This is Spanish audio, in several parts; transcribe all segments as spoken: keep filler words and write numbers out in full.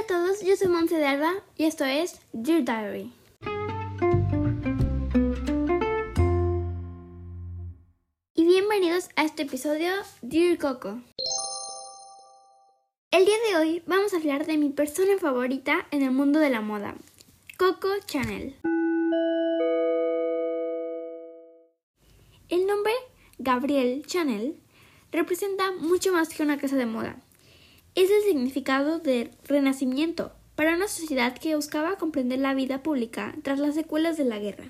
todos, yo soy Monse de Alba y esto es Dear Diary. Y bienvenidos a este episodio Dear Coco. El día de hoy vamos a hablar de mi persona favorita en el mundo de la moda, Coco Chanel. El nombre Gabrielle Chanel representa mucho más que una casa de moda. Es el significado de renacimiento para una sociedad que buscaba comprender la vida pública tras las secuelas de la guerra.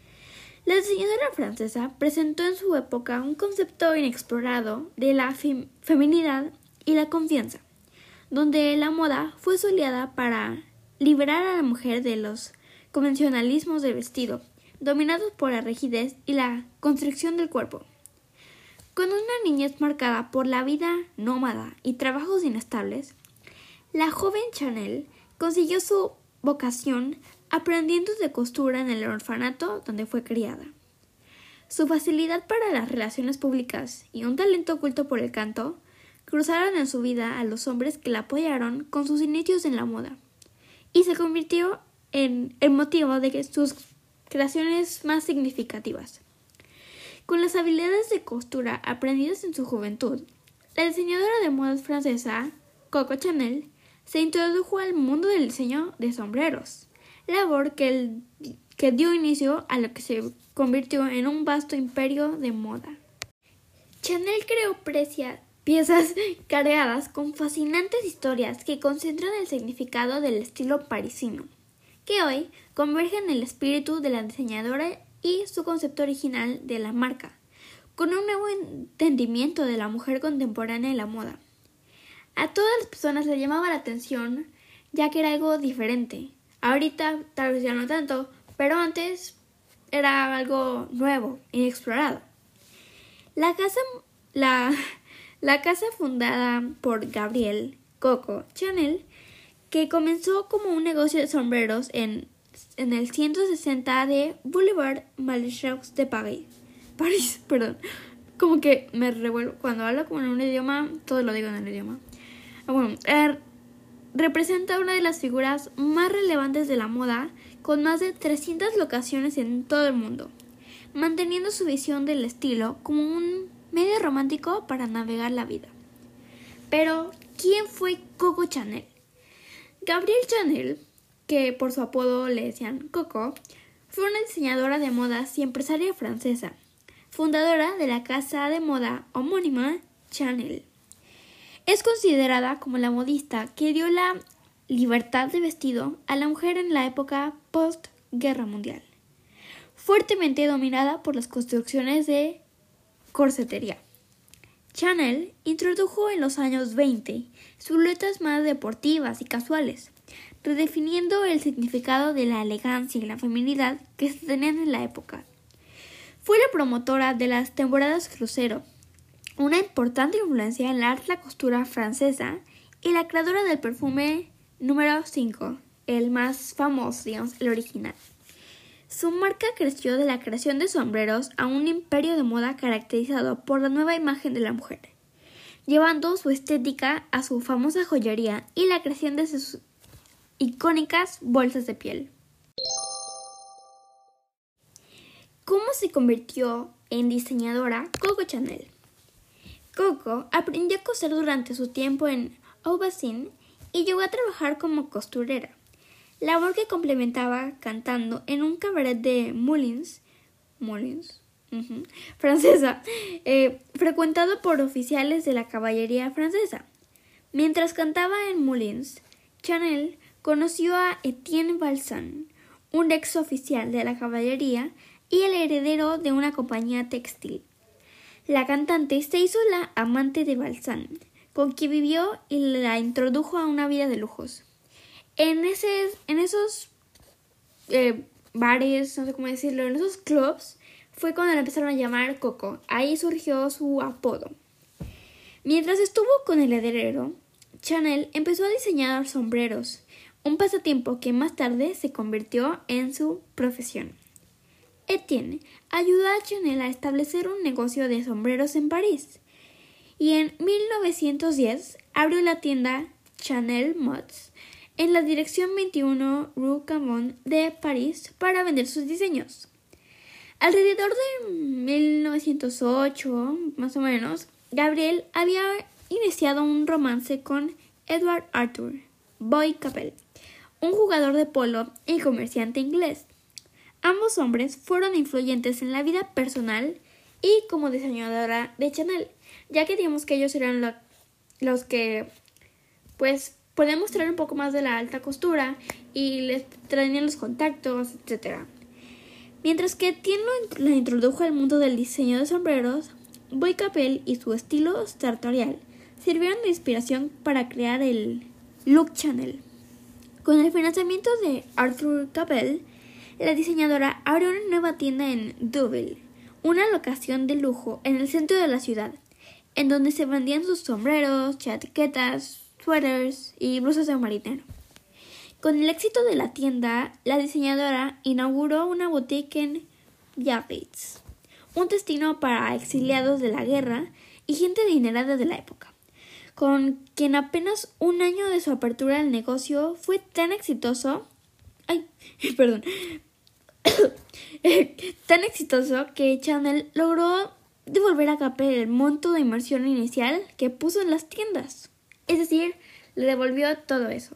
La diseñadora francesa presentó en su época un concepto inexplorado de la fem- feminidad y la confianza, donde la moda fue soleada para liberar a la mujer de los convencionalismos de vestido, dominados por la rigidez y la constricción del cuerpo. Cuando una niña es marcada por la vida nómada y trabajos inestables, la joven Chanel consiguió su vocación aprendiendo de costura en el orfanato donde fue criada. Su facilidad para las relaciones públicas y un talento oculto por el canto cruzaron en su vida a los hombres que la apoyaron con sus inicios en la moda y se convirtió en el motivo de sus creaciones más significativas. Con las habilidades de costura aprendidas en su juventud, la diseñadora de modas francesa, Coco Chanel, se introdujo al mundo del diseño de sombreros, labor que, el, que dio inicio a lo que se convirtió en un vasto imperio de moda. Chanel creó precia, piezas cargadas con fascinantes historias que concentran el significado del estilo parisino, que hoy convergen en el espíritu de la diseñadora y su concepto original de la marca, con un nuevo entendimiento de la mujer contemporánea en la moda. A todas las personas les llamaba la atención, ya que era algo diferente. Ahorita tal vez ya no tanto, pero antes era algo nuevo, inexplorado. La casa, la, la casa fundada por Gabrielle Coco Chanel, que comenzó como un negocio de sombreros en en el ciento sesenta de Boulevard Malesherbes de París. París, perdón. Como que me revuelvo. Cuando hablo como en un idioma, todo lo digo en el idioma. Bueno, eh, representa una de las figuras más relevantes de la moda, con más de trescientas locaciones en todo el mundo, manteniendo su visión del estilo como un medio romántico para navegar la vida. Pero, ¿quién fue Coco Chanel? Gabrielle Chanel, que por su apodo le decían Coco, fue una diseñadora de modas y empresaria francesa, fundadora de la casa de moda homónima Chanel. Es considerada como la modista que dio la libertad de vestido a la mujer en la época post-guerra mundial, fuertemente dominada por las construcciones de corsetería. Chanel introdujo en los años veinte siluetas más deportivas y casuales, redefiniendo el significado de la elegancia y la feminidad que se tenían en la época. Fue la promotora de las temporadas crucero, una importante influencia en la alta costura francesa, y la creadora del perfume número cinco, el más famoso, digamos, el original. Su marca creció de la creación de sombreros a un imperio de moda caracterizado por la nueva imagen de la mujer, llevando su estética a su famosa joyería y la creación de sus icónicas bolsas de piel. ¿Cómo se convirtió en diseñadora Coco Chanel? Coco aprendió a coser durante su tiempo en Aubusson y llegó a trabajar como costurera, labor que complementaba cantando en un cabaret de Moulins, Moulins, uh-huh, francesa, eh, frecuentado por oficiales de la caballería francesa. Mientras cantaba en Moulins, Chanel conoció a Etienne Balsan, un ex oficial de la caballería y el heredero de una compañía textil. La cantante se hizo la amante de Balsan, con quien vivió y la introdujo a una vida de lujos. En, ese, en esos eh, bares, no sé cómo decirlo, en esos clubs, fue cuando la empezaron a llamar Coco. Ahí surgió su apodo. Mientras estuvo con el heredero, Chanel empezó a diseñar sombreros, un pasatiempo que más tarde se convirtió en su profesión. Etienne ayudó a Chanel a establecer un negocio de sombreros en París y en mil novecientos diez abrió la tienda Chanel Mods en la dirección veintiuno Rue Cambon de París para vender sus diseños. Alrededor de mil novecientos ocho, más o menos, Gabrielle había iniciado un romance con Edward Arthur Boyd Capel, un jugador de polo y comerciante inglés. Ambos hombres fueron influyentes en la vida personal y como diseñadora de Chanel, ya que digamos que ellos eran lo, los que, pues, podían mostrar un poco más de la alta costura y les traían los contactos, etcétera. Mientras que Tien la introdujo al mundo del diseño de sombreros, Boyd Capel y su estilo sartorial sirvieron de inspiración para crear el look Chanel. Con el financiamiento de Arthur Capel, la diseñadora abrió una nueva tienda en Deauville, una locación de lujo en el centro de la ciudad, en donde se vendían sus sombreros, chaquetas, suéteres y blusas de marinero. Con el éxito de la tienda, la diseñadora inauguró una boutique en Biarritz, un destino para exiliados de la guerra y gente adinerada de la época, con quien apenas un año de su apertura el negocio fue tan exitoso, ay, perdón, tan exitoso que Chanel logró devolver a Capel el monto de inversión inicial que puso en las tiendas. Es decir, le devolvió todo eso.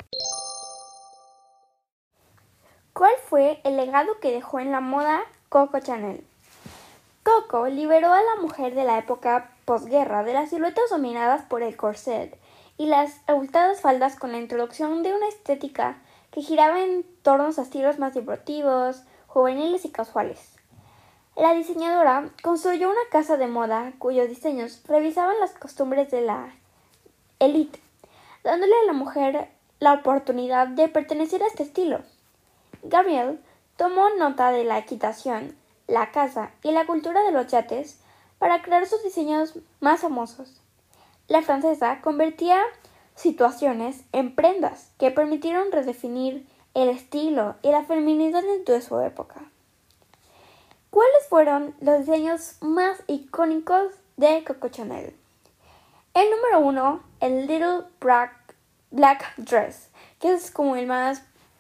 ¿Cuál fue el legado que dejó en la moda Coco Chanel? Coco liberó a la mujer de la época posguerra de las siluetas dominadas por el corset y las abultadas faldas con la introducción de una estética que giraba en torno a estilos más deportivos, juveniles y casuales. La diseñadora construyó una casa de moda cuyos diseños revisaban las costumbres de la élite, dándole a la mujer la oportunidad de pertenecer a este estilo. Gabrielle tomó nota de la equitación, la caza y la cultura de los yates para crear sus diseños más famosos. La francesa convertía situaciones en prendas que permitieron redefinir el estilo y la feminidad de su época. ¿Cuáles fueron los diseños más icónicos de Coco Chanel? El número uno, el Little Black, Black Dress, que es como el más,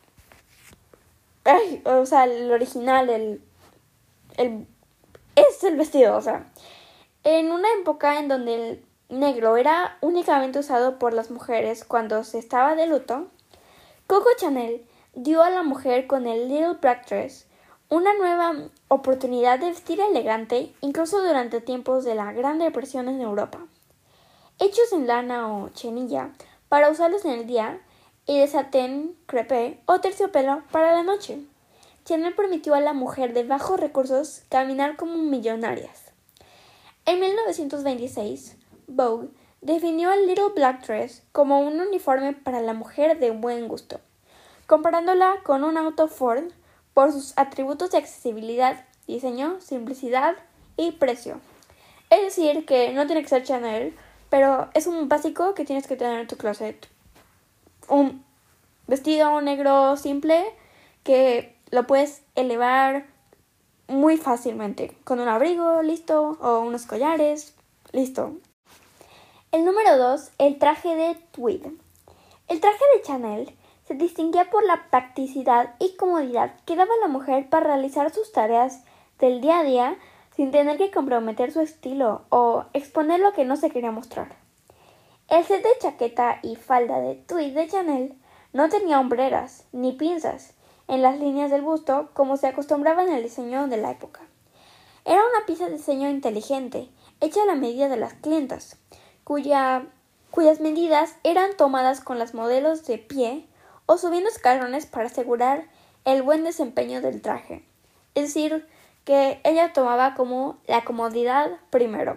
ay, o sea, el original, el, el, es el vestido, o sea, en una época en donde el negro era únicamente usado por las mujeres cuando se estaba de luto, Coco Chanel dio a la mujer con el Little Black Dress una nueva oportunidad de vestir elegante incluso durante tiempos de la Gran Depresión en Europa. Hechos en lana o chenilla para usarlos en el día y de satén, crepé o terciopelo para la noche, Chanel permitió a la mujer de bajos recursos caminar como millonarias. En mil novecientos veintiséis, Vogue definió el Little Black Dress como un uniforme para la mujer de buen gusto, comparándola con un auto Ford por sus atributos de accesibilidad, diseño, simplicidad y precio. Es decir, que no tiene que ser Chanel, pero es un básico que tienes que tener en tu closet. Un vestido negro simple que lo puedes elevar muy fácilmente, con un abrigo, listo, o unos collares, listo. El número dos, el traje de tweed. El traje de Chanel se distinguía por la practicidad y comodidad que daba a la mujer para realizar sus tareas del día a día sin tener que comprometer su estilo o exponer lo que no se quería mostrar. El set de chaqueta y falda de tweed de Chanel no tenía hombreras ni pinzas en las líneas del busto como se acostumbraba en el diseño de la época. Era una pieza de diseño inteligente, hecha a la medida de las clientas, cuya, cuyas medidas eran tomadas con las modelos de pie o subiendo escalones para asegurar el buen desempeño del traje. Es decir, que ella tomaba como la comodidad primero.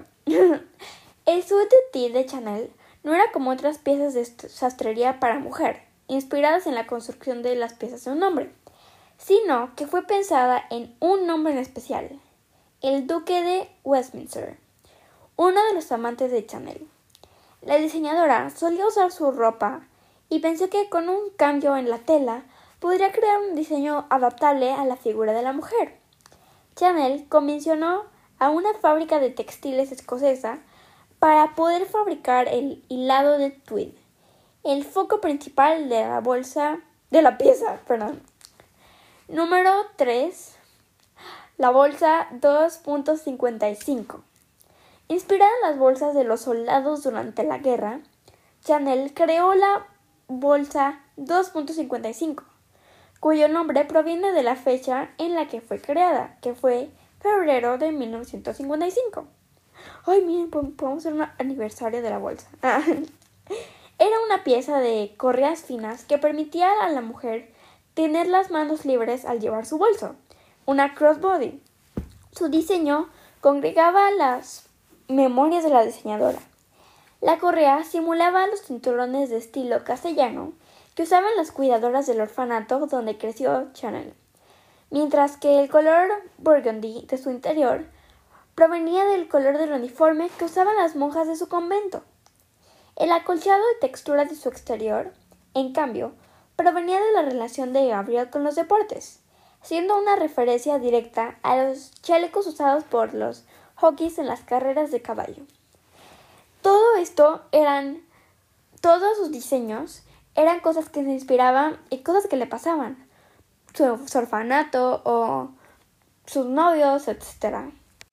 El suit de tee de Chanel no era como otras piezas de sastrería para mujer, inspiradas en la construcción de las piezas de un hombre, sino que fue pensada en un hombre en especial, el duque de Westminster, uno de los amantes de Chanel. La diseñadora solía usar su ropa y pensó que con un cambio en la tela podría crear un diseño adaptable a la figura de la mujer. Chanel comisionó a una fábrica de textiles escocesa para poder fabricar el hilado de tweed el foco principal de la bolsa, de la pieza, perdón. Número tres. La bolsa dos punto cincuenta y cinco. Inspirada en las bolsas de los soldados durante la guerra, Chanel creó la bolsa dos punto cincuenta y cinco, cuyo nombre proviene de la fecha en la que fue creada, que fue febrero de mil novecientos cincuenta y cinco. Ay, miren, podemos hacer un aniversario de la bolsa. Era una pieza de correas finas que permitía a la mujer tener las manos libres al llevar su bolso, una crossbody. Su diseño congregaba las memorias de la diseñadora. La correa simulaba los cinturones de estilo castellano que usaban las cuidadoras del orfanato donde creció Chanel, mientras que el color burgundy de su interior provenía del color del uniforme que usaban las monjas de su convento. El acolchado de textura de su exterior, en cambio, provenía de la relación de Gabriel con los deportes, siendo una referencia directa a los chalecos usados por los jockeys en las carreras de caballo. Todo esto eran, todos sus diseños eran cosas que se inspiraban y cosas que le pasaban, su, su orfanato o sus novios, etcétera.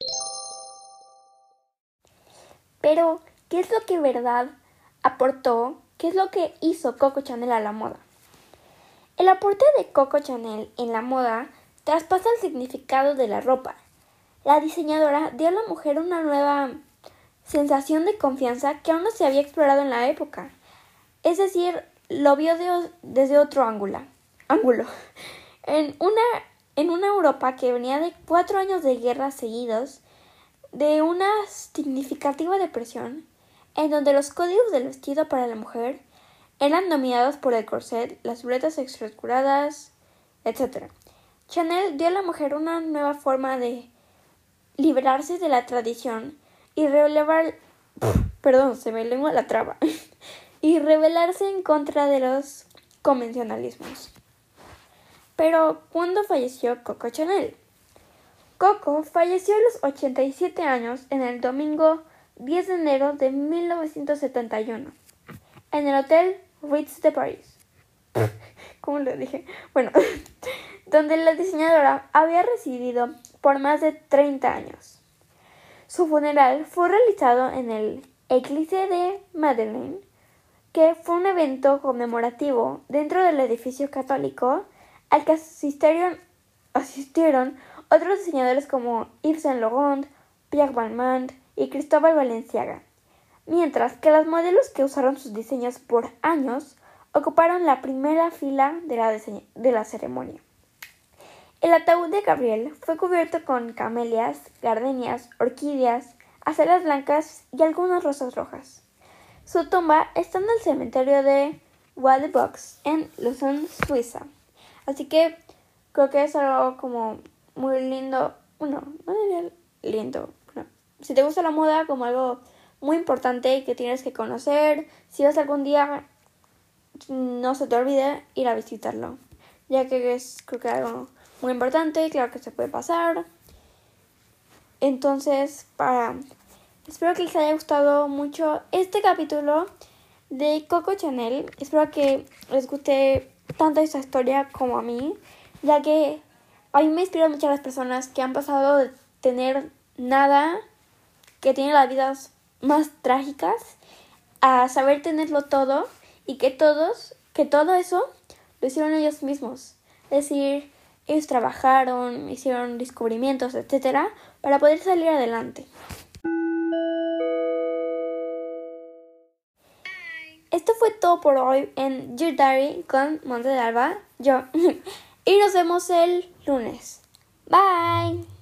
Pero, ¿qué es lo que en verdad aportó? ¿Qué es lo que hizo Coco Chanel a la moda? El aporte de Coco Chanel en la moda traspasa el significado de la ropa. La diseñadora dio a la mujer una nueva sensación de confianza que aún no se había explorado en la época. Es decir, lo vio de, desde otro ángulo. ángulo. En, una, en una Europa que venía de cuatro años de guerra seguidos, de una significativa depresión, en donde los códigos del vestido para la mujer eran dominados por el corset, las siluetas estructuradas, etcétera. Chanel dio a la mujer una nueva forma de liberarse de la tradición y relevar, perdón, se me lengua la traba, y rebelarse en contra de los convencionalismos. Pero, ¿cuándo falleció Coco Chanel? Coco falleció a los ochenta y siete años en el domingo diez de enero de mil novecientos setenta y uno, en el Hotel Ritz de París. ¿Cómo lo dije? Bueno, donde la diseñadora había residido por más de treinta años. Su funeral fue realizado en el Église de Madeleine, que fue un evento conmemorativo dentro del edificio católico al que asistieron, asistieron otros diseñadores como Yves Saint Laurent, Pierre Balmain y Cristóbal Balenciaga, mientras que los modelos que usaron sus diseños por años ocuparon la primera fila de la, de la ceremonia. El ataúd de Gabriel fue cubierto con camelias, gardenias, orquídeas, aceras blancas y algunas rosas rojas. Su tumba está en el cementerio de Wallebox en Lausanne, Suiza. Así que creo que es algo como muy lindo. Bueno, no diría lindo. Bueno, si te gusta la moda, como algo muy importante que tienes que conocer. Si vas algún día, no se te olvide ir a visitarlo, ya que es creo que algo muy importante. Claro que se puede pasar. Entonces, para espero que les haya gustado mucho este capítulo de Coco Chanel. Espero que les guste tanto esta historia como a mí, ya que a mí me inspiran mucho las personas que han pasado de tener nada, que tienen las vidas más trágicas, a saber tenerlo todo y que todos, que todo eso lo hicieron ellos mismos. Es decir, ellos trabajaron, hicieron descubrimientos, etcétera, para poder salir adelante. Esto fue todo por hoy en Your Diary con Monte de Alba, yo. Y nos vemos el lunes. Bye.